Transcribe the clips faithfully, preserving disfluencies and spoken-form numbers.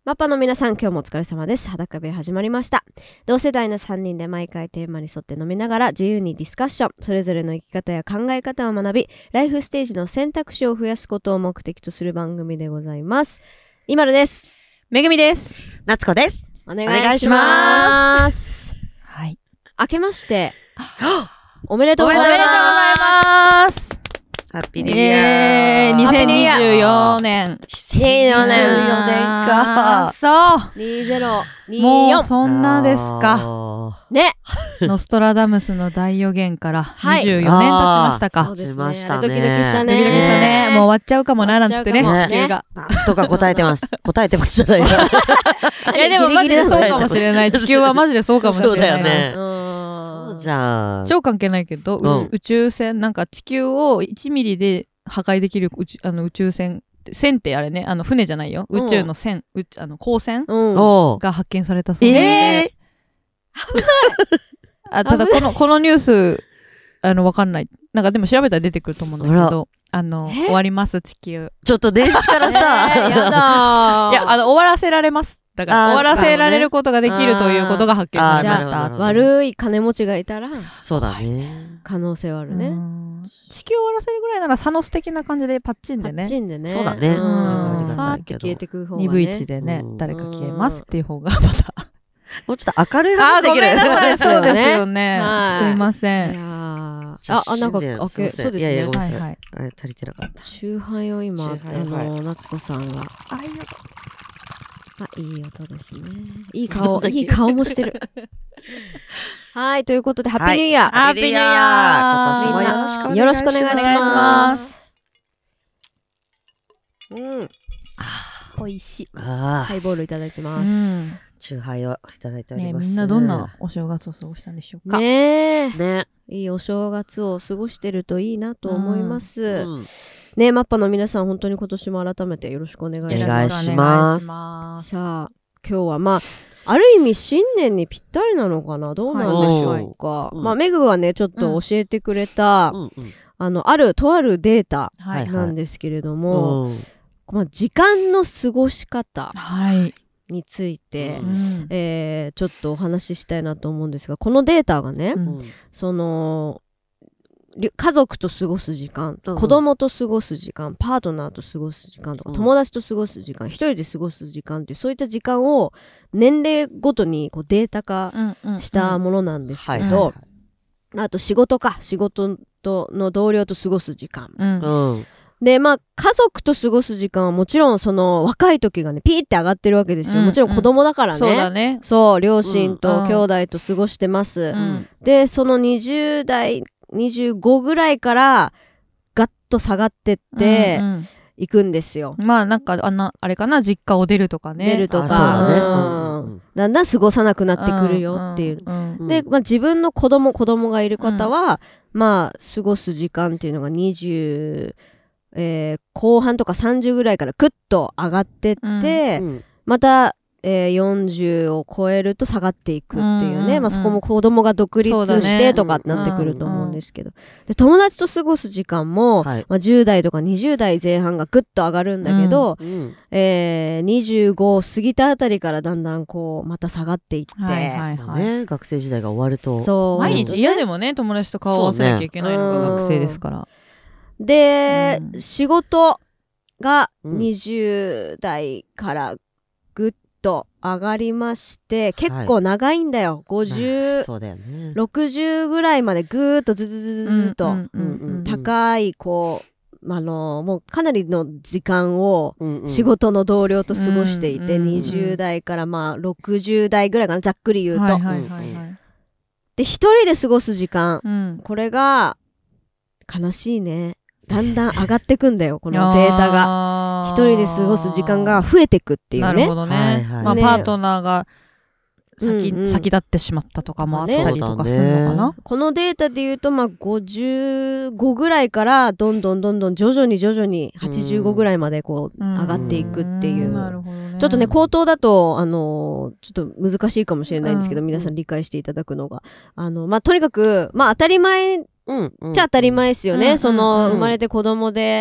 マッパの皆さん、今日もお疲れ様です。裸部屋始まりました。同世代のさんにんで毎回テーマに沿って飲みながら自由にディスカッション、それぞれの生き方や考え方を学び、ライフステージの選択肢を増やすことを目的とする番組でございます。いまるです。 めぐみです。 なつこです。 お願いします。 はい。 明けましておめでとうございます。 おめでとうございます。 ハッピーニューイヤー。 にせんにじゅうよねん。 にせんにじゅうよねんか。そう。 にせんにじゅうよん。 もうそんなですか。 ね。 ノストラダムスの大予言からにじゅうよねん経ちましたか。 そうですね。 経ちましたね。 ドキドキしたね。 ドキドキしたね。もう終わっちゃうかもな、なんつってね、地球が。 なんとか答えてます。答えてますじゃないか。 いやでもマジでそうかもしれない。地球はマジでそうかもしれない。 そうだよね。 そうじゃあ。 超関係ないけど、うん、宇宙船、なんか地球をいちミリで破壊できる宇宙、あの宇宙船、船ってあれね、あの船じゃないよ。宇宙の船、うん、あの光線、うん、が発見されたそうです。 えーあただこのこのニュースあのわかんない。なんかでも調べたら出てくると思うんだけど、あの終わります地球。 ちょっと電子からさ、 えー、やだいやあの終わらせられます。だから終わらせられることができるということが発見されました。 悪い金持ちがいたら、 そうだね。 可能性はあるね。 地球を終わらせるぐらいならサノス的な感じでパッチンでね。 パッチンでね。 そうだね。ファーって消えてく方がね。 にぶいちでね、誰か消えますっていう方がまた。 もうちょっと明るい話できる。 あ、ごめんなさい。そうですよね。すいません。 いやあ、あ、なんか、あ、そうですね。 いやいや、ごめんなさい。 足りてなかった。 チューハイを今、あの、夏子さんが。 あ、いい音。 あ、いい音ですね。いい顔、いい顔もしてる。はい、ということで、ハッピーニューイヤー。 ハッピーニューイヤー。今年もよろしくお願いします。 よろしくお願いします。うん。 あ、美味しい。 ハイボールいただいてます。 チューハイをいただいております。 ね、みんなどんなお正月を過ごしたんでしょうか。 ねえ。 ね。 いいお正月を過ごしてるといいなと思います。うん、ねえ、マッパの皆さん、本当に今年も改めてよろしくお願いします。 お願いします。 さあ、今日はまあ、ある意味新年にぴったりなのかな、どうなんでしょうか。はい、まあ、メグがね、ちょっと教えてくれた、うん、あの、ある、とあるデータなんですけれども、はいはい、まあ、時間の過ごし方。はいについて、うんえー、ちょっとお話ししたいなと思うんですが、このデータがね、うん、その家族と過ごす時間、うん、子供と過ごす時間、パートナーと過ごす時間とか、うん、友達と過ごす時間、一人で過ごす時間っていうそういった時間を年齢ごとにこうデータ化したものなんですけど、あと仕事か仕事との同僚と過ごす時間、うんうんで、まあ、家族と過ごす時間はもちろん、その、若い時がね、ピーって上がってるわけですよ。うん、もちろん子供だからね。 そうだね。 そう、両親と兄弟と過ごしてます。うん、で、そのにじゅう代、にじゅうごぐらいから、ガッと下がってって、うんうん行くんですよ。 まあなんかあんなあれかな実家を出るとかね出るとか、ねうん、だんだん過ごさなくなってくるよっていう、うんうん、で、まあ、自分の子供子供がいる方は、うん、まあ過ごす時間っていうのがにじゅうえー、後半とかさんじゅうぐらいからクッと上がってって、うん、また、えー、よんじゅうを超えると下がっていくっていうね、うんうんうんまあ、そこも子供が独立してとかってなってくると思うんですけど、ねうん、で友達と過ごす時間も、はいまあ、じゅう代とかにじゅう代前半がグッと上がるんだけど、うんえー、にじゅうご過ぎたあたりからだんだんこうまた下がっていって、はいはいはいね、学生時代が終わるとそう毎日嫌でもね友達と顔を合わせなきゃいけないのが学生ですから。 で、うん、仕事がにじゅう代からぐっと上がりまして、うん、結構長いんだよ、はい、ごじゅう、 そうだよね、 ろくじゅうぐらいまでぐーっとずずずずずと高いこうあのもうかなりの時間を仕事の同僚と過ごしていて、うんうん、にじゅう代からまあろくじゅう代ぐらいかなざっくり言うと、はいはいはいはい、で一人で過ごす時間、うん、これが悲しいねだんだん上がってくんだよこのデータが一人で過ごす時間が増えてくっていうね。 なるほどね、はいはいまあ、パートナーが先、うんうん、先立ってしまったとかもあったりとかするのかな、ね、 このデータで言うとまあごじゅうごぐらいからどんどんどんどん徐々に徐々にはちじゅうごぐらいまでこう上がっていくっていう、なるほどね、ちょっとね口頭だとあのちょっと難しいかもしれないんですけど、うん、皆さん理解していただくのがあのまあとにかくまあ当たり前うんうん、じゃあ当たり前ですよね、うんうん、その生まれて子供で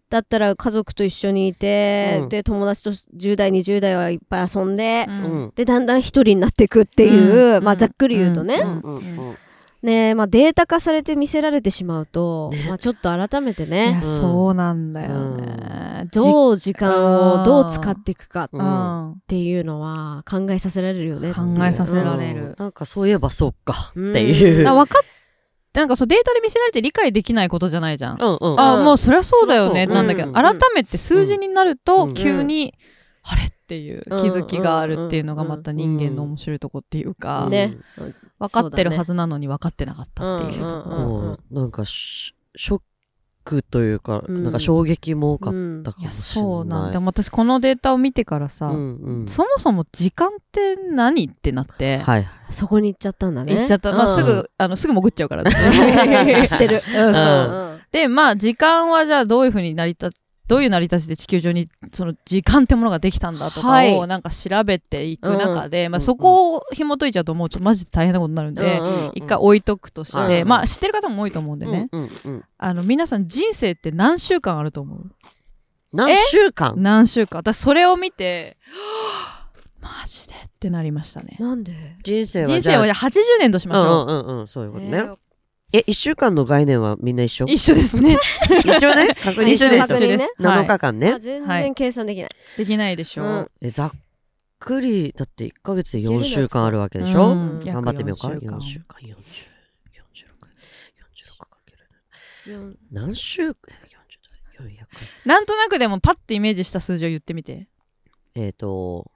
だったら家族と一緒にいて、うん、で友達とじゅう代にじゅう代はいっぱい遊んで、うん、でだんだん一人になっていくっていう、うん、まあざっくり言うとね、うんうんうん、ねまあ、データ化されて見せられてしまうと、ねまあ、ちょっと改めてね、 うん、そうなんだよね、 どう時間をどう使っていくかっていうのは考えさせられるよね。 考えさせられる、 うん、なんかそういえばそうかっていう、うん、 分かっなんかそうデータで見せられて理解できないことじゃないじゃん、 うんうん、 あもうそりゃそうだよねなんだけど、うん、改めて数字になると急に、うん、あれっていう気づきがあるっていうのがまた人間の面白いとこっていうか、うんね、分かってるはずなのに分かってなかったっていうとこ、 うんうん、なんかショックというか、うん、なんか衝撃も多かったかもしれない、うん、いやそうなんでも私このデータを見てからさ、うんうん、そもそも時間って何ってなって、はい、 そこに行っちゃったんだね。 行っちゃった、まあ、すぐあのすぐ潜っちゃうからねしてる、 うんそう、でまあ時間はじゃあどういう風に成り立ってどういう成り立ちで地球上にその時間ってものができたんだとかをなんか調べていく中で、はいまあ、そこを紐解いちゃうともうちょっとマジで大変なことになるんで、うんうん、一回置いとくとして、うん、まあ知ってる方も多いと思うんでね、うんうんうん、あの皆さん人生って何週間あると思う？ 何週間？ 何週間。私それを見てマジでってなりましたね。 なんで？ 人生は人生はじゃあはちじゅうねんとしましょう。 うんうんうん、そういうことね。えーえ、いっしゅうかんの概念はみんな一緒？ 一緒ですね。 一応ね、確認して確認ね。 なのかかんね。 はい、全然計算できない。 できないでしょう。うん、 え、ざっくり、だっていっかげつでよんしゅうかんあるわけでしょ、うん、頑張ってみようか。よんしゅうかん、よんじゅう、よんじゅうろく、よんじゅうろくかける。何週、よんじゅう、よんひゃく。 なんとなくでもパッとイメージした数字を言ってみて。 えっと、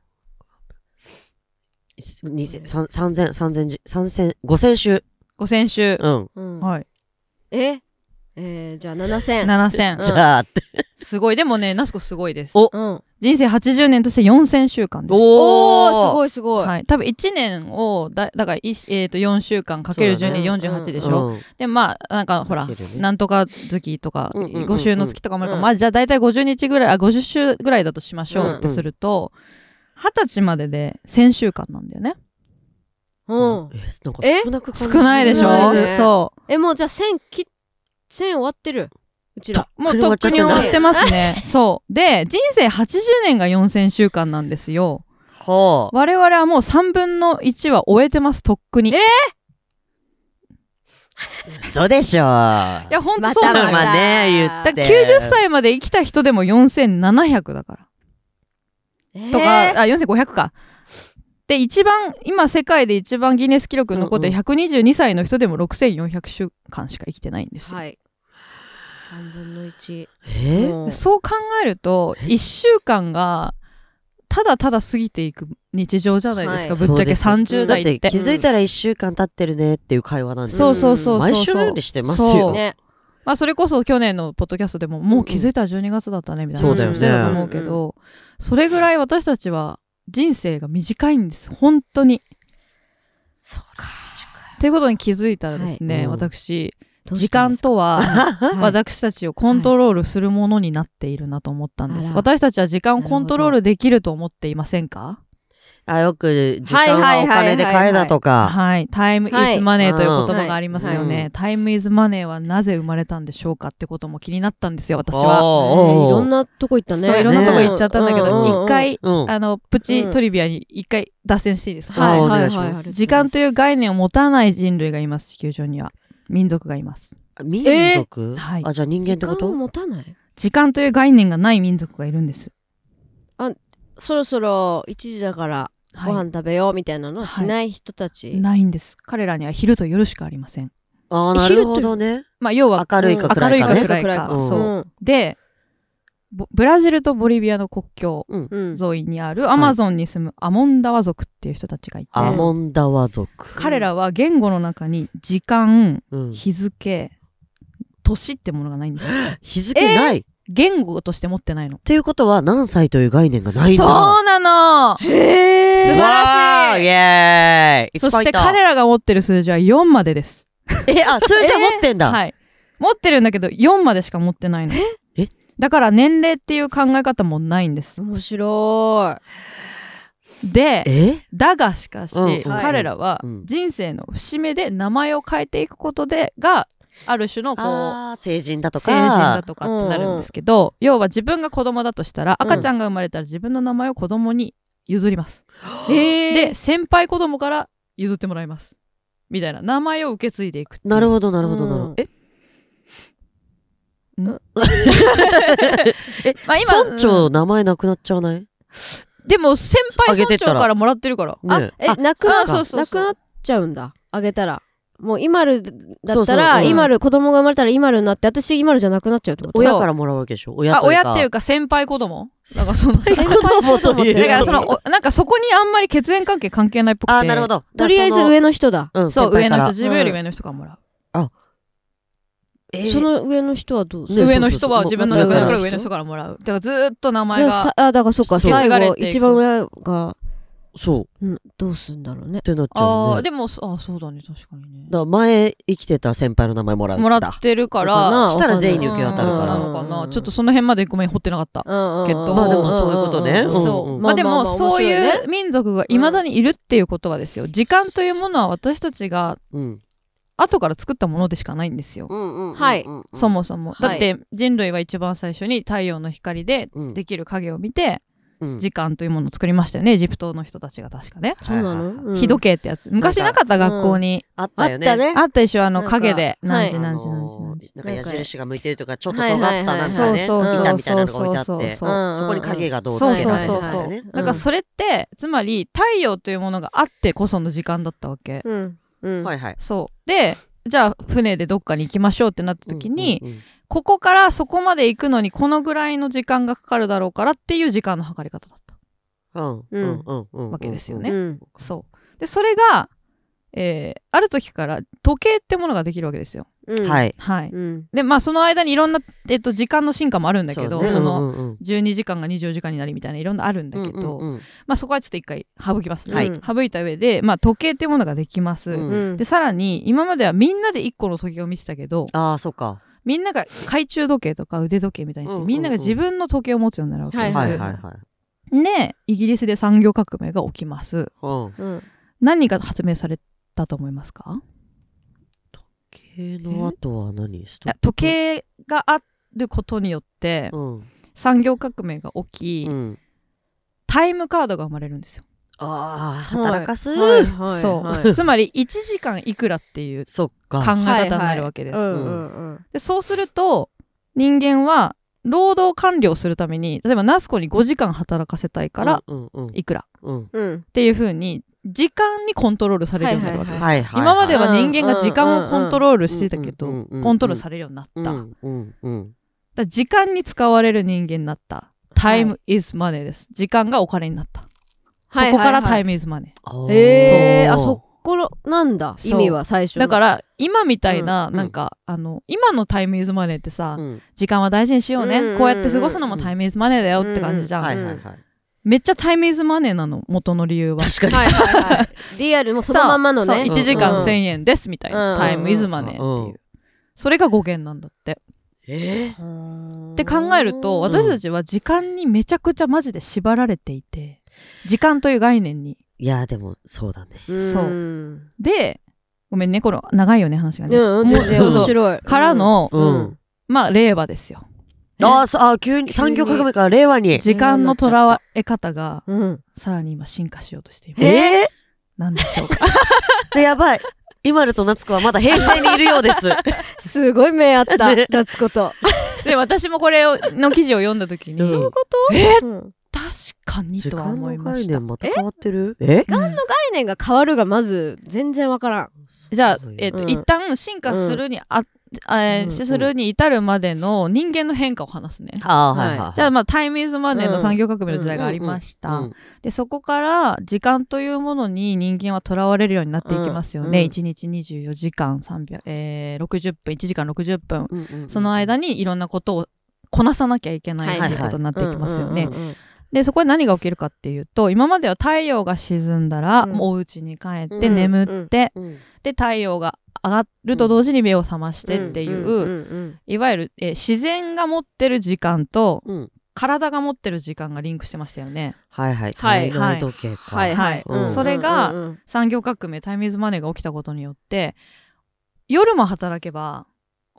さんぜん、さんぜん、さんぜん、ごせん週。 ごせん週。 うんうん、はい。 ええー、じゃあななせん。 ななせん。 じゃあって。 すごい。でもね、ナスコすごいです。 お、 うん、人生はちじゅうねんとしてよんせんしゅうかんです。 おー、すごいすごい。 はい。多分いちねんを、だ, だから、えー、とよんしゅうかんかけるじゅうにでよんじゅうはちでしょ。うん、で、まあ、なんかほら、なんとか月とか、うんうんうんうん、ご週の月とかもあるから、うん、まあ、じゃあ大体ごじゅうにちぐらい、あ、ごじゅっ週ぐらいだとしましょうってすると、はたちまででせんしゅうかんなんだよね。 うん、 えなんか少なく感じる。 少ないでしょ、ね、そうえもうじゃあせんきせん終わってるうちらもうとっくに終わってますねそうで人生はちじゅうねんがよんせんしゅうかんなんですよ。 はあ、 我々はもうさんぶんのいちは終えてます。とっくに。 えー、嘘でしょ。いやほんとそうなの、 まあね、言ってだきゅうじゅっさいまで生きた人でもよんせんななひゃくだから、えー、とかあよんせんごひゃくかで一番今世界で一番ギネス記録に残ってるひゃくにじゅうにさいの人でもろくせんよんひゃくしゅうかんしか生きてないんですよ。 はい、さんぶんのいち、 えー、 そう考えるといっしゅうかんがただただ過ぎていく日常じゃないですか、はい、ぶっちゃけさんじゅう代って、 だって気づいたらいっしゅうかん経ってるねっていう会話なんですよ、うん、そうそうそうそう毎週のようにしてますよね。 まあ、それこそ去年のポッドキャストでももう気づいたらじゅうにがつだったねみたいな話をしてたと思うけど、それぐらい私たちは人生が短いんです本当に。 そうかっていうことに気づいたらですね、はい、うん、私時間とは私たちをコントロールするものになっているなと思ったんです、はい、私たちは時間をコントロールできると思っていませんか？ あ、よく時間はお金で買えだとか、 はい、タイムイズマネーという言葉がありますよね、はい、タイムイズマネーはなぜ生まれたんでしょうかってことも気になったんですよ私は。 えー、いろんなとこ行ったね。 そういろんなとこ行っちゃったんだけど、一回、うん、あのプチトリビアに一回脱線していいですか？ はい、お願いします。 時間という概念を持たない人類がいます。地球上には民族がいます。 民族、えー、はい、あ、じゃあ人間ってこと？ 時間を持たない？ 時間という概念がない民族がいるんです。 あ、そろそろいちじだからご飯食べようみたいなのをしない人たち、はい、 ないんです。彼らには昼と夜しかありません。 ああ、なるほどね。 まあ要は明るいか暗いか、ね、 明るいか暗いか、うん、そう、うん、でブラジルとボリビアの国境沿いにあるアマゾンに住むアモンダワ族っていう人たちがいて、 アモンダワ族、 彼らは言語の中に時間、うん、日付、年ってものがないんですよ。 日付ない、えー言語として持ってないの。 っていうことは何歳という概念がないんだ。 そうなの。へー、素晴らしい。 イエーイ。 そして彼らが持ってる数字はよんまでです。 え、あ、数字は持ってんだ。 はい。持ってるんだけどよんまでしか持ってないの。 え？ だから年齢っていう考え方もないんです。 面白い。で、 え？ だがしかし、 うん、 彼らは人生の節目で名前を変えていくことでがある種のこう成人だとか成人だとかってなるんですけど、うんうん、要は自分が子供だとしたら赤ちゃんが生まれたら自分の名前を子供に譲ります、うん、で先輩子供から譲ってもらいますみたいな、名前を受け継いでいくっていう。 なるほどなるほどなるほど、うん、ええ、まあ、今村長名前なくなっちゃわない？ でも先輩村長からもらってるから、 ね、あえなくなっちゃうんだ、あげたら。もうイマルだったら、うん、イマル子供が生まれたらイマルになって、私イマルじゃなくなっちゃうってこと？ 親からもらうわけでしょ。親というか、 あ、親っていうか先輩子供。なんかその先輩子供というだからそのなんかそこにあんまり血縁関係関係ないっぽくて。 あ、なるほど。 とりあえず上の人だ。 うん、そう上の人、自分より上の人からもらう。 あ、えー、 その上の人はどうする？ 上の人は自分の中から上の人からもらう。だからずーっと名前が。 あ、だからそっか、最後一番上が。 そう、 うん、どうすんだろうねってなっちゃうね。 あでもあそうだね、確かにね。 だから前生きてた先輩の名前もらうんだ。 もらってるからしたら全員に受け渡るからなのかな。ちょっとその辺までごめん掘ってなかったけど、 まあでもそういうことね。 そうまあでもそういう民族がいまだにいるっていうことはですよ、時間というものは私たちが後から作ったものでしかないんですよ。 はいそもそもだって人類は一番最初に太陽の光でできる影を見て時間というものを作りましたよね、エジプトの人たちが確かね。 そうなの？ 日時計ってやつ昔なかった、学校にあったよね。 あったでしょ、あの影で何時何時何時何時なんか矢印が向いてるとかちょっと尖ったなんかね板みたいなのが置いてあって、そこに影がどうつけられるみたいなね。 だからそれってつまり太陽というものがあってこその時間だったわけ。 はいはい。 そうでじゃあ船でどっかに行きましょうってなった時に、ここからそこまで行くのにこのぐらいの時間がかかるだろうからっていう時間の計り方だったわけですよね、うん、そうでそれが、えー、ある時から時計ってものができるわけですよ、 うん、はいはい、うん、でまあその間にいろんな、えっと、時間の進化もあるんだけど そ,、ね、その、うんうん、じゅうにじかんがにじゅうよじかんになりみたいないろんなあるんだけど、うんうんうん、まあそこはちょっと一回省きますね、はい、省いた上で、まあ、時計っていうものができます、うん、でさらに今まではみんなでいっこの時計を見てたけど、 あーそっかみんなが懐中時計とか腕時計みたいにして、うんうんうん、みんなが自分の時計を持つようになるわけです、はいはいはいはい、でイギリスで産業革命が起きます、うん、何が発明されたと思いますか？ 時計の後は何？ 時計があることによって、うん、産業革命が起き、うん、タイムカードが生まれるんですよ。 ああ働かす、 はいはいはい、そう、はい、つまりいちじかんいくらっていう考え方になるわけです。でそうすると人間は労働完了するために例えばナスコにごじかん働かせたいからいくら、うんうん、っていう風に時間にコントロールされるようになるわけです、はいはいはい、今までは人間が時間をコントロールしてたけどコントロールされるようになった、うんうんうん、だ時間に使われる人間になった。 Time is money です。時間がお金になった。そこからタイムイズマネー。 へー、あ、そこなんだ意味は最初。 だから今みたいな、うん、なんかあの今のタイムイズマネーってさ、うん、時間は大事にしようね、うん、こうやって過ごすのもタイムイズマネーだよって感じじゃん、うんはいはいはい、めっちゃタイムイズマネーなの元の理由は。 確かに、はいはいはい、 リアルもそのままのねいちじかんせんえんですみたいな、うん、タイムイズマネーっていう、うん、それが語源なんだって。 えー、 って考えると私たちは時間にめちゃくちゃマジで縛られていて、時間という概念に。 いやでもそうだね。 そうでごめんねこの長いよね話がね、 うん、全然面白いからの、うん、まあ令和ですよ。 ああ急に産業革命から令和に時間の捉わえ方が、うん、さらに今進化しようとしています。 えー、 なんでしょうかでやばい今ると夏子はまだ平成にいるようですすごい目あった、ね、夏子とで私もこれをの記事を読んだ時に、 うん、どういうこと？ えーうん確かにとは思いました。 時間の概念また変わってる？ え？時間の概念が変わるがまず全然わからん。 じゃあ、えーとうん、一旦進化するにあ、えーうん、するに至るまでの人間の変化を話すね。 あはいはい、 じゃあまあタイムイズマネーの産業革命の時代がありました。うんうんうん、でそこから時間というものに人間はとらわれるようになっていきますよね。うんうん、いちにちにじゅうよじかんさんびゃく、えー、ろくじゅっぷんいちじかんろくじゅっぷん、うんうんうん、その間にいろんなことをこなさなきゃいけないっていうことになっていきますよね。でそこで何が起きるかっていうと今までは太陽が沈んだら、うん、もうお家に帰って眠って、うんうん、で太陽が上がると同時に目を覚ましてっていう、うん、いわゆる、えー、自然が持ってる時間と、うん、体が持ってる時間がリンクしてましたよね。 はいはい体内時計かはいはい、うん、それが産業革命タイムイズマネーが起きたことによって夜も働けば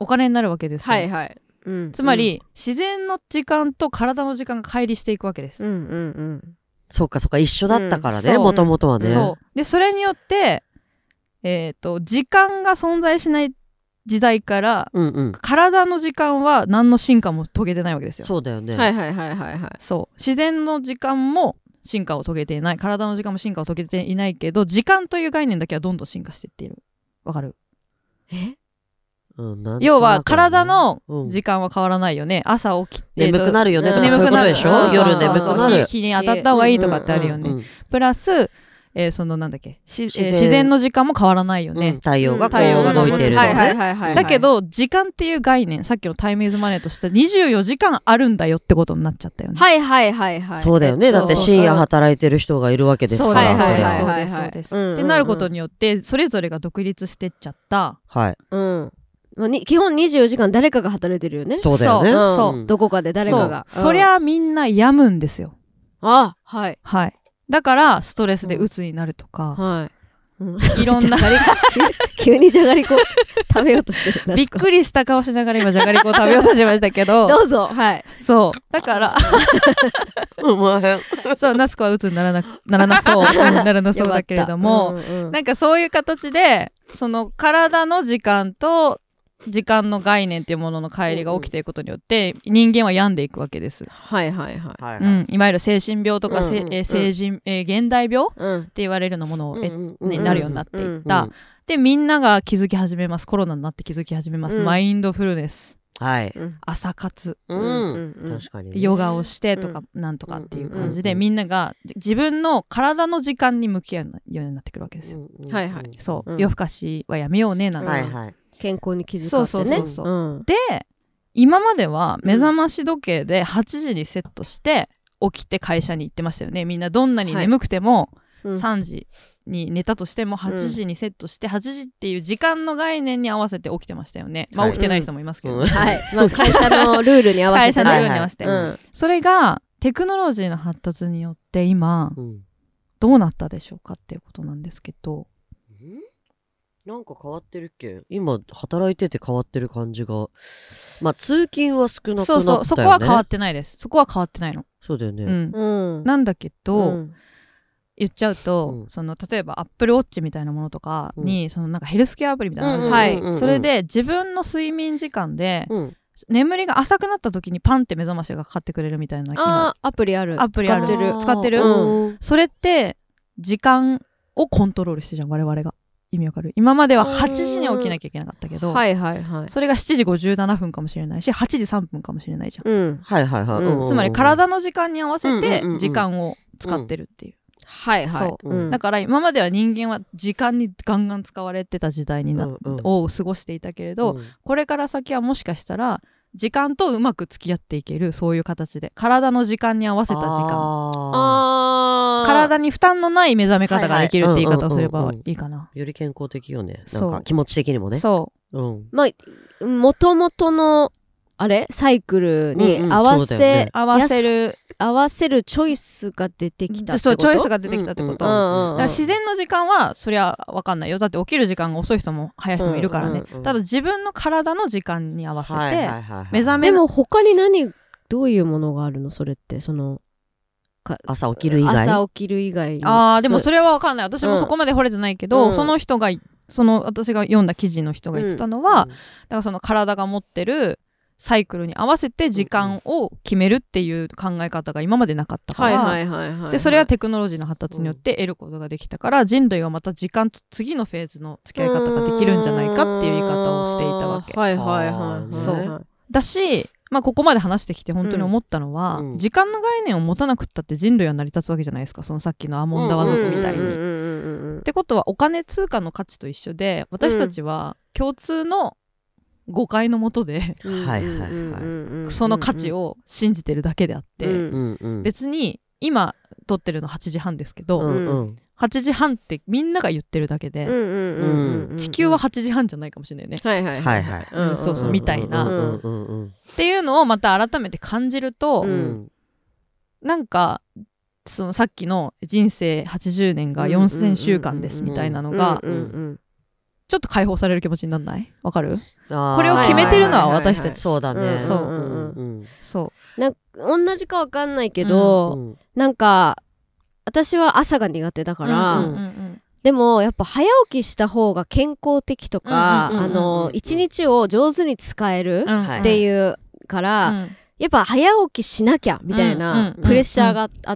お金になるわけですよ。 はいはい、うん、 つまり、うん、自然の時間と体の時間が乖離していくわけです。 うんうんうん、 そうかそうか、一緒だったからね、もともとはね。 そうでそれによってえっと時間が存在しない時代から、うんうん、体の時間は何の進化も遂げてないわけですよ。 そうだよね。 はいはいはいはいはい。 そう自然の時間も進化を遂げていない、体の時間も進化を遂げていないけど、時間という概念だけはどんどん進化していっている。わかる？ え？ うん、なん要は体の時間は変わらないよね、うん、朝起きて眠くなるよねとかそういうことでしょ、夜眠くなる、 日に当たった方がいいとかってあるよね、うんうんうん、プラスえー、そのなんだっけ自然、えー、自然の時間も変わらないよね、うん、 太陽がこう動いてる、 だけど時間っていう概念、さっきのタイムイズマネーとしてにじゅうよじかんあるんだよってことになっちゃったよね。 はいはいはいはい。 そうだよね、だって深夜働いてる人がいるわけですから。 そうですそうですそうです、うんうんうん、ってなることによってそれぞれが独立してっちゃった。 はい、 うん、まあ、に基本にじゅうよじかん誰かが働いてるよね。 そうだよね、 そう、そう、うん、どこかで誰かがそ, そりゃみんな病むんですよ。 あ、はいはい、だからストレスで鬱になるとか、 うん、はい、うん、 いろんな急にじゃがりこ食べようとしてるびっくりした顔しながら今じゃがりこを食べようとしましたけどどうぞ。はい、 そうだからお前そうナスコは鬱にならなならなそう、うん、ならなそうだけれども、うんうん、なんかそういう形でその体の時間と時間の概念っていうものの乖離が起きていくことによって人間は病んでいくわけです。 はいはいはい、 うん、いわゆる精神病とか、うんうん、えー、成人、えー、現代病、うん、って言われるのものを、うんうんね、なるようになっていった、うんうん、でみんなが気づき始めます。コロナになって気づき始めます、うん、マインドフルネス、 はい、 朝活、 うんうんうん、確かに、ね、 ヨガをしてとかなんとかっていう感じで、うんうんうん、みんなが自分の体の時間に向き合うようになってくるわけですよ、 うんうん、はいはい、 そう、うん、夜更かしはやめようねなんて、 はいはい、健康に気遣ってね。そうそうそうそう、 うん、で今までは目覚まし時計ではちじにセットして起きて会社に行ってましたよね。みんなどんなに眠くても、はい、さんじに寝たとしてもはちじにセットして、うん、はちじっていう時間の概念に合わせて起きてましたよね。まあ起きてない人もいますけど、ね、 うん、はい、まあ、会社のルールに合わせて会社のルールに合わせて、はいはい、うん、それがテクノロジーの発達によって今、うん、どうなったでしょうかっていうことなんですけど、 なんか変わってるっけ？今働いてて変わってる感じが、まあ通勤は少なくなったよね。 そうそう、そこは変わってないです。そこは変わってないの。 そうだよね、 うんうん、なんだけど、うん、言っちゃうと、うん、その例えばアップルウォッチみたいなものとかに、うん、そのなんかヘルスケアアプリみたいなのがある、うん、それで自分の睡眠時間で、うん、眠りが浅くなった時にパンって目覚ましがかかってくれるみたいな、 あアプリある、 アプリある、 使ってる使ってる、うん、それって時間をコントロールしてじゃん我々が。意味わかる？今までははちじに起きなきゃいけなかったけど、 はいはいはい、 それがしちじごじゅうななふんかもしれないしはちじさんぷんかもしれないじゃん、 うん、 はいはいはい、うん、 つまり体の時間に合わせて時間を使ってるっていう、 はいはい、 そう、うん、だから今までは人間は時間にガンガン使われてた時代にな、うんうん、を過ごしていたけれど、うん、これから先はもしかしたら時間とうまく付き合っていける、そういう形で体の時間に合わせた時間、あ体に負担のない目覚め方ができるって言い方をすればいいかな。 より健康的よね、なんか気持ち的にもね。 そう、 うん、 まあもともとのあれサイクルに合わせ、うんうんね、合わせる合わせるチョイスが出てきたってこと？ そう、チョイスが出てきたってこと、うんうんうん、だから自然の時間はそりゃ分かんないよ。だって起きる時間が遅い人も早い人もいるからね、うんうんうん、ただ自分の体の時間に合わせて目覚め、 でも他に何どういうものがあるのそれって？その朝起きる以外朝起きる以外あーでもそれは分かんない。私もそこまで惚れてないけど、うん、その人がその私が読んだ記事の人が言ってたのは、うん、だからその体が持ってるサイクルに合わせて時間を決めるっていう考え方が今までなかったから、でそれはテクノロジーの発達によって得ることができたから、うん、人類はまた時間と次のフェーズの付き合い方ができるんじゃないかっていう言い方をしていたわけ。 はいはいはい、 そうだし、まあ、ここまで話してきて本当に思ったのは、うん、時間の概念を持たなくったって人類は成り立つわけじゃないですか。そのさっきのアーモンダワ族みたいに。ってことはお金通貨の価値と一緒で、私たちは共通の誤解のもとでその価値を信じてるだけであって、うんうん、別に今撮ってるのはちじはんですけど、うんうん、はちじはんってみんなが言ってるだけで、地球ははちじはんじゃないかもしれないよね。 はいはいはいはい、 うん、そうそうみたいな、うんうんうん、っていうのをまた改めて感じると、うん、なんかそのさっきの人生はちじゅうねんがよんせんしゅうかんですみたいなのがちょっと解放される気持ちにならないわかる？これを決めてるのは私たち。 そうだね。 そう。そう。 なんか同じかわかんないけど、うん、なんか私は朝が苦手だから、うんうんうん、でもやっぱ早起きした方が健康的とか、あの一日を上手に使えるっていうから、うん、やっぱ早起きしなきゃみたいなプレッシャーがあって、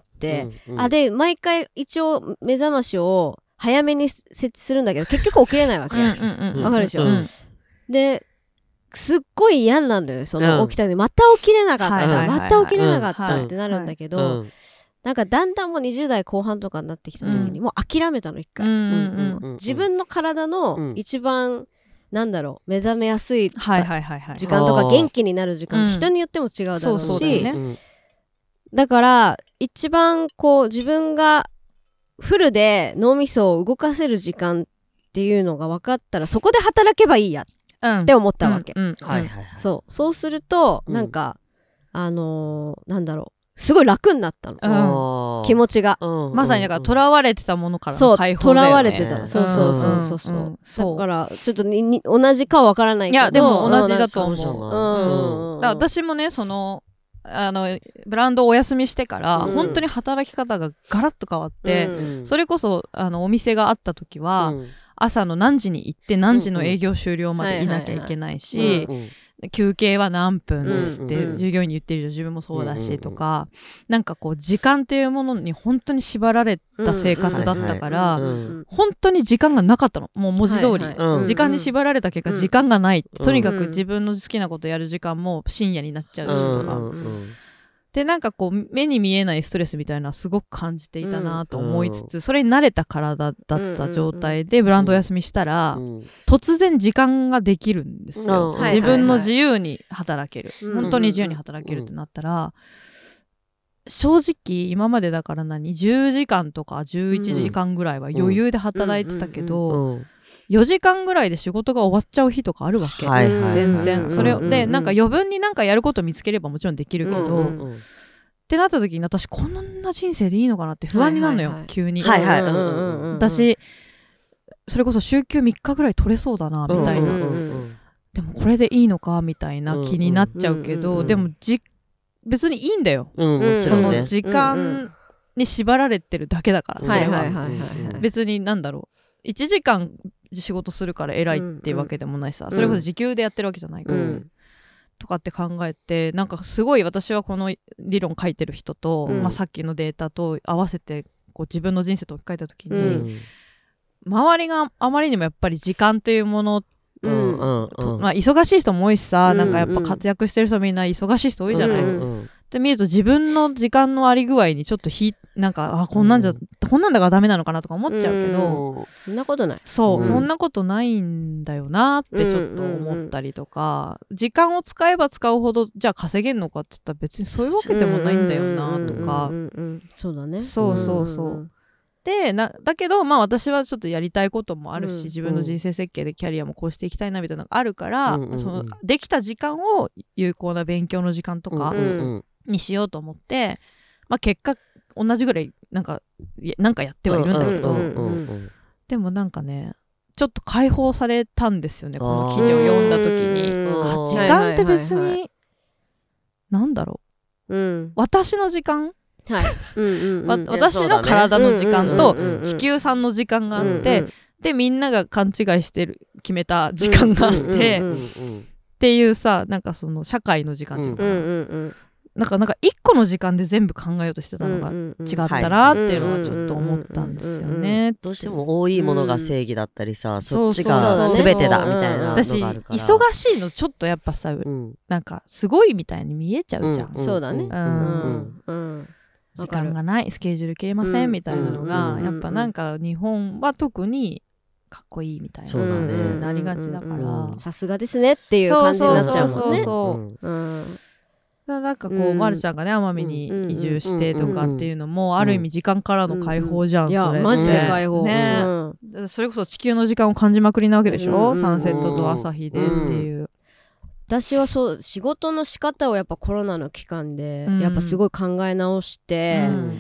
うんうん、あで毎回一応目覚ましを早めに設置するんだけど結局起きれないわけ。わかるでしょ、うん、ですっごい嫌なんだよその起きたのに、うん、また起きれなかった、はいはいはいはい、また起きれなかったってなるんだけど、うんはい、なんかだんだんもうにじゅう代後半とかになってきた時に、うん、もう諦めたの一回、うんうんうん、自分の体の一番なんだろう目覚めやすい時間とか元気になる時間って人によっても違うだろうし、うん、だから一番こう自分がフルで脳みそを動かせる時間っていうのが分かったらそこで働けばいいやって思ったわけ。そう、そうすると、うん、なんかあのー、なんだろうすごい楽になったの、うん、気持ちが、 うん、まさにだから囚われてたものからの解放だよね。 そう囚われてた。そうそうそうそうそう、うんうん、だからちょっとにに同じかは分からないけど、 いやでも同じだと思う。うん、だから私もねそのあのブランドをお休みしてから、うん、本当に働き方がガラッと変わって、うん、それこそあのお店があった時は、うん、朝の何時に行って何時の営業終了までいなきゃいけないし、休憩は何分ですって従業員に言ってるよ自分もそうだしとか、なんかこう時間っていうものに本当に縛られた生活だったから本当に時間がなかったの。もう文字通り、はいはい、時間に縛られた結果時間がない、うん、とにかく自分の好きなことやる時間も深夜になっちゃうしとか、うんうんうん、でなんかこう目に見えないストレスみたいなのはすごく感じていたなと思いつつ、うん、それに慣れた体だった状態でブランドお休みしたら、うんうん、突然時間ができるんですよ、うん、自分の自由に働ける、はいはいはい、本当に自由に働けるってなったら、うん、正直今までだから何じゅうじかんとかじゅういちじかんぐらいは余裕で働いてたけど、うんうんうんうん、よじかんぐらいで仕事が終わっちゃう日とかあるわけ、はいはいはい、全然それをでなんか余分になんかやること見つければもちろんできるけど、うんうんうん、ってなった時に私こんな人生でいいのかなって不安になるのよ、はいはいはい、急に、はいはいうんうんうん、私それこそ週休みっかぐらい取れそうだなみたいな、うんうんうん、でもこれでいいのかみたいな気になっちゃうけど、うんうん、でもじ別にいいんだよ、うん、その時間に縛られてるだけだから、それは別になんだろういちじかん仕事するから偉いっていうわけでもないさ、うんうん、それこそ時給でやってるわけじゃないから、ねうん、とかって考えてなんかすごい私はこの理論書いてる人と、うんまあ、さっきのデータと合わせてこう自分の人生と置き換えた時に、うん、周りがあまりにもやっぱり時間というものうんうんまあ、忙しい人も多いしさ、うん、なんかやっぱ活躍してる人みんな忙しい人多いじゃない、うんうん、って見ると自分の時間のあり具合にちょっとひなんかあこんなんじゃ、うん、こんなんだからダメなのかなとか思っちゃうけど、 うん、そんなことないそう、うん、そんなことないんだよなってちょっと思ったりとか、うんうんうん、時間を使えば使うほどじゃあ稼げんのかって言ったら別にそういうわけでもないんだよなとか、 そうだねそうそうそう、うんでなだけどまあ私はちょっとやりたいこともあるし、うん、自分の人生設計でキャリアもこうしていきたいなみたいなのがあるから、うんうんうん、そのできた時間を有効な勉強の時間とかにしようと思って、まあ、結果同じぐらいなんかなんかやってはいるんだけど、うんうんうん、でもなんかねちょっと解放されたんですよねこの記事を読んだ時に。あ時間って別に、はいはいはい、なんだろう、うん、私の時間はいうんうんうん、私の体の時間と地球さんの時間があって、うんうん、でみんなが勘違いしてる決めた時間があって、うんうんうんうん、っていうさなんかその社会の時間っていうのかな、うんうんうん、なんかなんか一個の時間で全部考えようとしてたのが違ったなっていうのはちょっと思ったんですよね。 どうしても多いものが正義だったりさ、うん、そっちが全てだみたいなのがあるから、 私忙しいのちょっとやっぱさ、うん、なんかすごいみたいに見えちゃうじゃん、 うん、そうだね、うんうんうん時間がないスケジュール切れませんみたいなのが、うん、やっぱなんか日本は特にかっこいいみたいな感じになりがちだからさすがですねっていう感じになっちゃうもんね。 そうそうそう、うん、だなんかこう、うん、まるちゃんがね奄美に移住してとかっていうのもある意味時間からの解放じゃん、うんうん、それいやマジで解放、 ねうん、それこそ地球の時間を感じまくりなわけでしょ、うん、サンセットと朝日でっていう、うん、 私はそう仕事の仕方をやっぱコロナの期間でやっぱすごい考え直して、うん、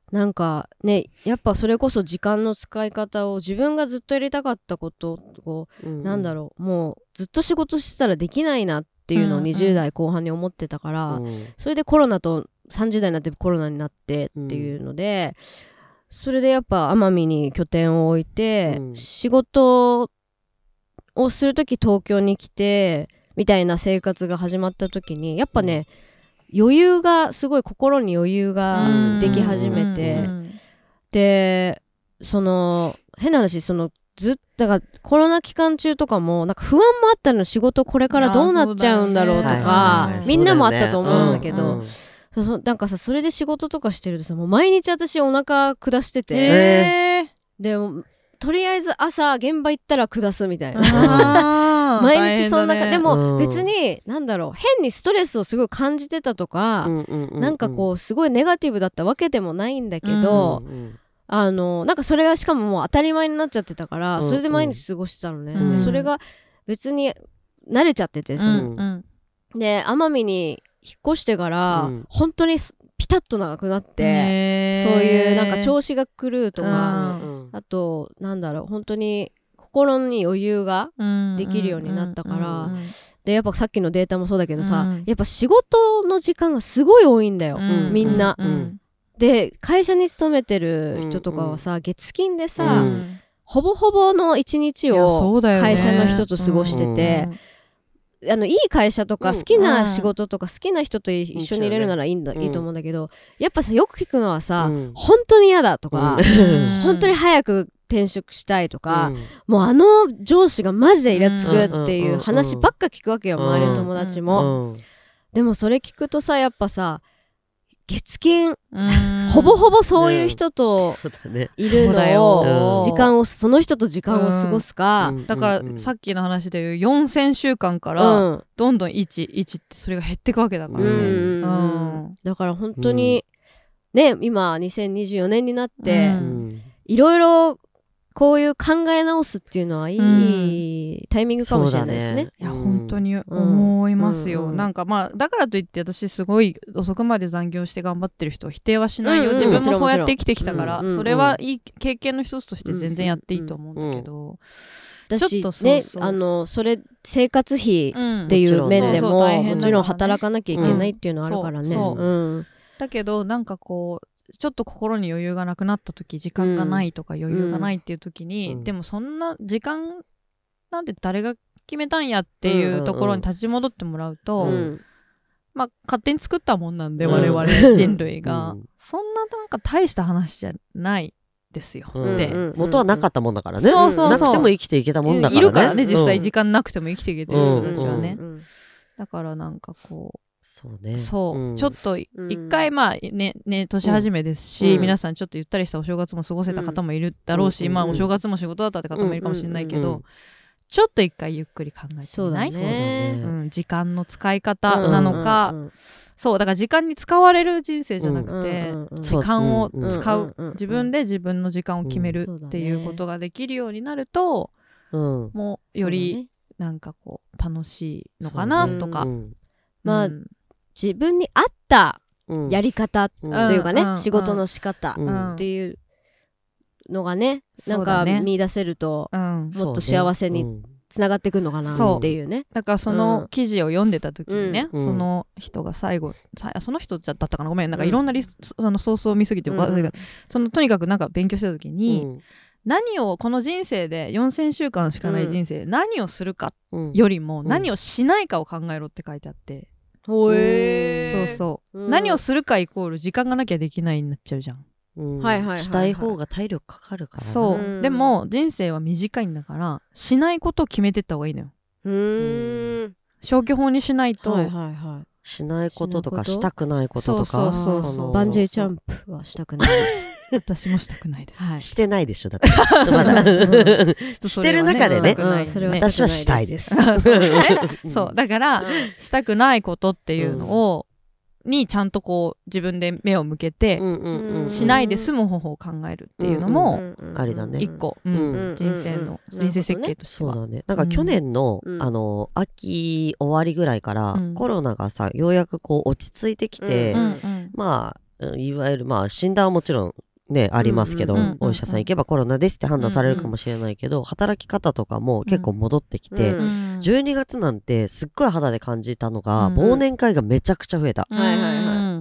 なんかねやっぱそれこそ時間の使い方を自分がずっとやりたかったことを、うん、なんだろうもうずっと仕事してたらできないなっていうのをにじゅう代後半に思ってたから、うんうん、それでコロナとさんじゅう代になってコロナになってっていうので、うん、それでやっぱ奄美に拠点を置いて、うん、仕事をするとき東京に来てみたいな生活が始まった時にやっぱね、うん、余裕がすごい心に余裕ができ始めて、でその変な話そのずっとだからコロナ期間中とかもなんか不安もあったの仕事これからどうなっちゃうんだろうとか、みんなもあったと思うんだけど、うんうん、そうそうなんかさそれで仕事とかしてるとさもう毎日私お腹下してて、えー、でもとりあえず朝現場行ったら下すみたいな毎日そんなか、ね、でも別になんだろう変にストレスをすごい感じてたとか、うんうんうんうん、なんかこうすごいネガティブだったわけでもないんだけど、うんうん、あのなんかそれがしかももう当たり前になっちゃってたから、うんうん、それで毎日過ごしてたのね、うん、でそれが別に慣れちゃっててその、うんうん、で奄美に引っ越してから、うん、本当にピタッと長くなって、そういうなんか調子が狂うとか、うん、あとなんだろう本当に心に余裕ができるようになったから、うんうんうん、でやっぱさっきのデータもそうだけどさ、うん、やっぱ仕事の時間がすごい多いんだよ、うん、みんな、うんうん、で会社に勤めてる人とかはさ、うんうん、月金でさ、うん、ほぼほぼの一日を会社の人と過ごしてて、あのいい会社とか好きな仕事とか好きな人と一緒にいれるならいいんだ、うん、いいと思うんだけど、やっぱさよく聞くのはさ、うん、本当に嫌だとか、うん、本当に早く転職したいとか、うん、もうあの上司がマジでイラつくっていう話ばっか聞くわけよ、周りの友達も、うん、でもそれ聞くとさやっぱさ月金ほぼほぼそういう人といるのを時間をその人と時間を過ごすか、 だからさっきの話でいうよんせんしゅうかんからどんどんいち、いちってそれが減っていくわけだからね、うんうん、 だから本当にね今にせんにじゅうよねんになっていろいろこういう考え直すっていうのはいい、うん、タイミングかもしれないですね。 いや、うん、本当に思いますよ、うん、なんかまあだからといって私すごい遅くまで残業して頑張ってる人を否定はしないよ、うんうん、自分もそうやって生きてきたから、うんうん、それはいい経験の一つとして全然やっていいと思うんだけど、うんうんうん、 だしねあのそれ生活費っていう面でも、うん、もちろん働かなきゃいけないっていうのはあるからね、うんそうそう、うん、 だけどなんかこうちょっと心に余裕がなくなった時時間がないとか余裕がないっていう時に、うん、でもそんな時間なんて誰が決めたんやっていうところに立ち戻ってもらうと、うんうん、まあ勝手に作ったもんなんで、うん、我々人類が、うん、そんななんか大した話じゃないですよ、 うん、 で、 うん、元はなかったもんだからね、 そうそうそうなくても生きていけたもんだからね、 いるからね実際時間なくても生きていけてる人たちはね、うんうんうん、だからなんかこうそうね、 そう、 うん、 ちょっと一回まあねね年始めですし、うん、皆さんちょっとゆったりしたお正月も過ごせた方もいるだろうし、うん、まあお正月も仕事だったって方もいるかもしれないけど、うんうんうん、ちょっと一回ゆっくり考えてみない？ そうだね、 うん、時間の使い方なのか、うんうんうん、そうだから時間に使われる人生じゃなくて、うんうんうん、時間を使う、うんうん、自分で自分の時間を決めるっていうことができるようになると、うん、もうよりなんかこう楽しいのかなとか、 うんうん、まあ自分に合ったやり方というかね、うん、仕事の仕方っていうのがね、うん、なんか見出せると、うん、もっと幸せにつながっていくのかなっていうね。 だからその記事を読んでた時にね、うん、その人が最後その人だったかな、ごめん、なんかいろんなリス、うん、あのソースを見すぎて、うん、そのとにかくなんか勉強してた時に、うん、何をこの人生でよんせんしゅうかんしかない人生、うん、何をするかよりも何をしないかを考えろって書いてあって、 ほえー、 そうそう、うん、何をするかイコール時間がなきゃできないになっちゃうじゃん、 うん、はいはいはいはい、したい方が体力かかるからな。 そう、うん、でも人生は短いんだからしないことを決めてった方がいいのよ。うーん、消去法にしないと、はいはいはい、 しないこととかしたくないこととか、そうそうそうそう、 バンジージャンプはしたくないです私もしたくないです、 はい、してないでしょだってまだ、うん、してる中でね、うん、私はしたいですそうだから、うん、したくないことっていうのを、うん、にちゃんとこう自分で目を向けて、うんうん、しないで済む方法を考えるっていうのも、うんうん、 あれだね、 一個、うんうん、人生の、うん、人生設計としては、 そうだね。なんか去年の、うん、あの秋終わりぐらいから、うん、コロナがさようやくこう落ち着いてきて、うんうん、まあいわゆるまあ診断はもちろんねありますけど、うんうんうんうん、お医者さん行けばコロナですって判断されるかもしれないけど、うんうん、働き方とかも結構戻ってきて、うんうん、じゅうにがつなんてすっごい肌で感じたのが、うんうん、忘年会がめちゃくちゃ増えた、うんはいはいはい、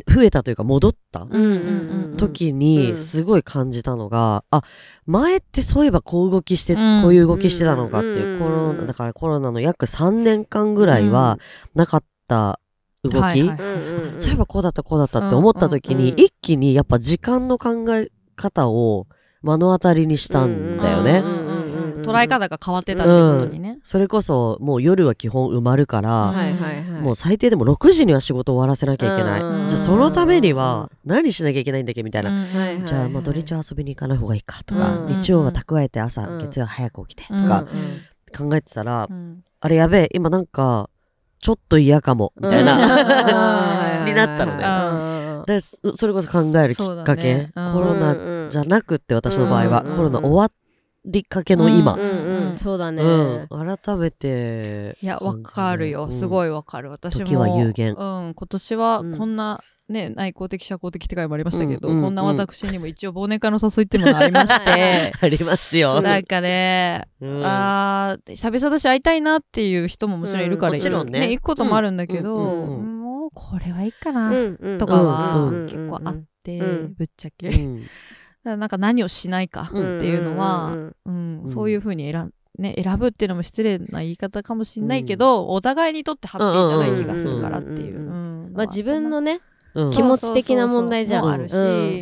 増えたというか戻った時にすごい感じたのが、あ、前ってそういえばこう動きして、こういう動きしてたのかっていう、コロナだからコロナの約さんねんかんぐらいはなかった動き、はいはい、そういえばこうだったこうだったって思った時に、一気にやっぱ時間の考え方を目の当たりにしたんだよね。 捉え方が変わってたってことにね、うん、 それこそもう夜は基本埋まるから、はいはいはい、もう最低でもろくじには仕事終わらせなきゃいけない、うん、じゃあそのためには何しなきゃいけないんだっけみたいな、うん、じゃあまあ土日は遊びに行かない方がいいかとか、うん、日曜は蓄えて朝、うん、月曜は早く起きてとか考えてたら、うん、あれやべえ今なんかちょっと嫌かもみたいな、うん、になったのね。でそれこそ考えるきっかけ、ねうん、コロナじゃなくって私の場合は、うん、コロナ終わりかけの今、うんうんうん、そうだね、 うん、改めていやわかるよ、すごいわかる。私も時は有限、 うん、今年はこんな、ね、内向的社交的って回もありましたけど、うんうんうん、こんな私にも一応忘年会の誘いっていうものがありましてありますよ。 なんかね、うん、あー久々だし会いたいなっていう人ももちろんいるから、うん、もちろんね、ね行くこともあるんだけど、うんうんうん、もうこれはいいかな、うんうん、とかは結構あって、うん、ぶっちゃけ、うん、だからなんか何をしないかっていうのは、うんうんうん、そういう風に選んね、選ぶっていうのも失礼な言い方かもしれないけど、うん、お互いにとってハッピーじゃない気がするからっていう、 まあ自分のね、うん、気持ち的な問題じゃんあるし、うん、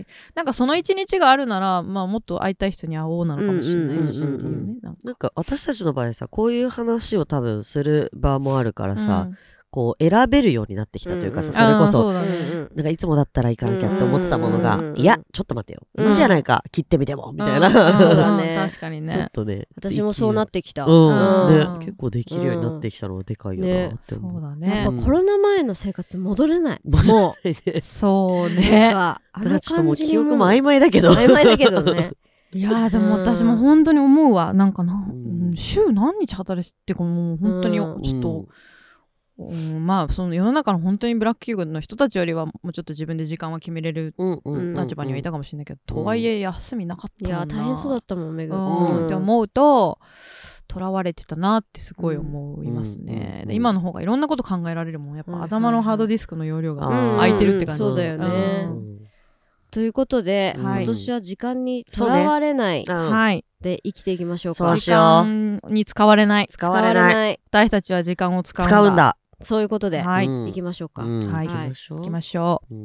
なんかその一日があるなら、まあ、もっと会いたい人に会おうなのかもしれないしっていうね。 なんか私たちの場合さ、こういう話を多分する場もあるからさ、うんこう選べるようになってきたというかさ、うんうん、それこそ、ね、なんかいつもだったら行かなきゃって思ってたものが、うんうん、いやちょっと待てよ、うん、いいんじゃないか切ってみてもみたいな、うん、 そうだね確かにねちょっとね私もそうなってきた、 うんうんね、結構できるようになってきたのがでかいよなって思う、 ね、そうだね、 やっぱコロナ前の生活戻れない、うん、もうそうねあの感じにもちょっともう記憶も曖昧だけど曖昧だけどねいやでも私も本当に思うわ、なんかな、うん、週何日働いてってかもう本当にちょっと、うんうん、まあその世の中の本当にブラック企業の人たちよりはもうちょっと自分で時間は決めれる立場にはいたかもしれないけど、うんうんうん、とはいえ休みなかったもんな。 いや大変そうだったもんめぐ、 うんうん、って思うと囚われてたなってすごい思いますね、うん、で今の方がいろんなこと考えられるもん、やっぱ頭のハードディスクの容量が空いてるって感じ、 うんうん、そうだよね、うん、ということで、うん、今年は時間にとらわれない、ね、はい、で生きていきましょうか。 そうしよう。 時間に使われない使われない私たちは時間を使うんだ使うんだそういうことで、 はい、 行きましょうか、 うん、 はい、 行きましょう、 行きましょう、うん、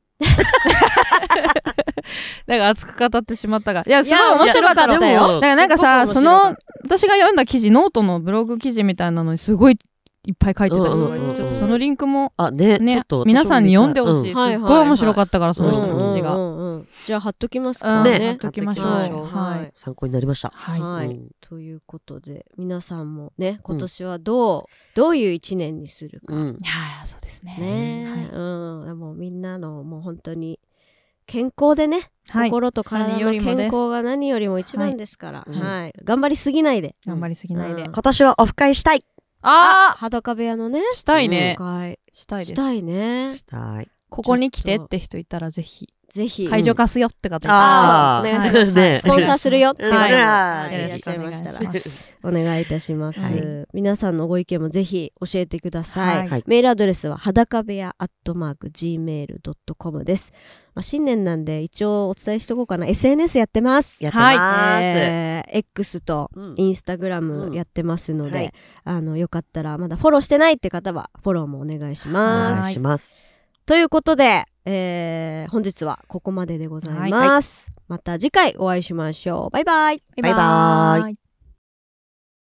なんか熱く語ってしまったが、いやすごい面白かったよ。だからなんかさ、その私が読んだ記事、ノートのブログ記事みたいなのにすごいいっぱい書いてた人がいて、ちょっとそのリンクもあ、ねね、ちょっと皆さんに読んでほしい、うん、すっごい面白かったから、その人の記事が、 うんうんうん、じゃあ貼っときますかね、 ね、 貼っときましょう、はい、 参考になりました、 はい、はい、うん、ということで皆さんもね今年はどう、うん、どういう一年にするか、うん、 いやそうですね、 ね、はい、うん、もうみんなのもう本当に健康でね、はい、心と体の健康が何よりも一番ですから、はいはい、頑張りすぎないで頑張りすぎないで、 うん、今年はオフ会したい。 ああ裸部屋のねしたいね、 オフ会したいです、 したいね、 したい。 ここに来てって人いたらぜひぜひ会場貸すよって方、 うん、ああお願いします、ね、スポンサーするよって方が、 はい、 いらっしゃいましたらお願いいたします、はい、皆さんのご意見もぜひ教えてください、はい、メールアドレスは裸部屋アットマーク ジーメールドットコム です。まあ、新年なんで一応お伝えしておこうかな。 エスエヌエス やってますやってます、はい、 えー、X とインスタグラムやってますので、うんはい、あのよかったらまだフォローしてないって方はフォローもお願いします。 お願いします。 ということで、えー、本日はここまででございます、はい、また次回お会いしましょう。バイバイバイバイ。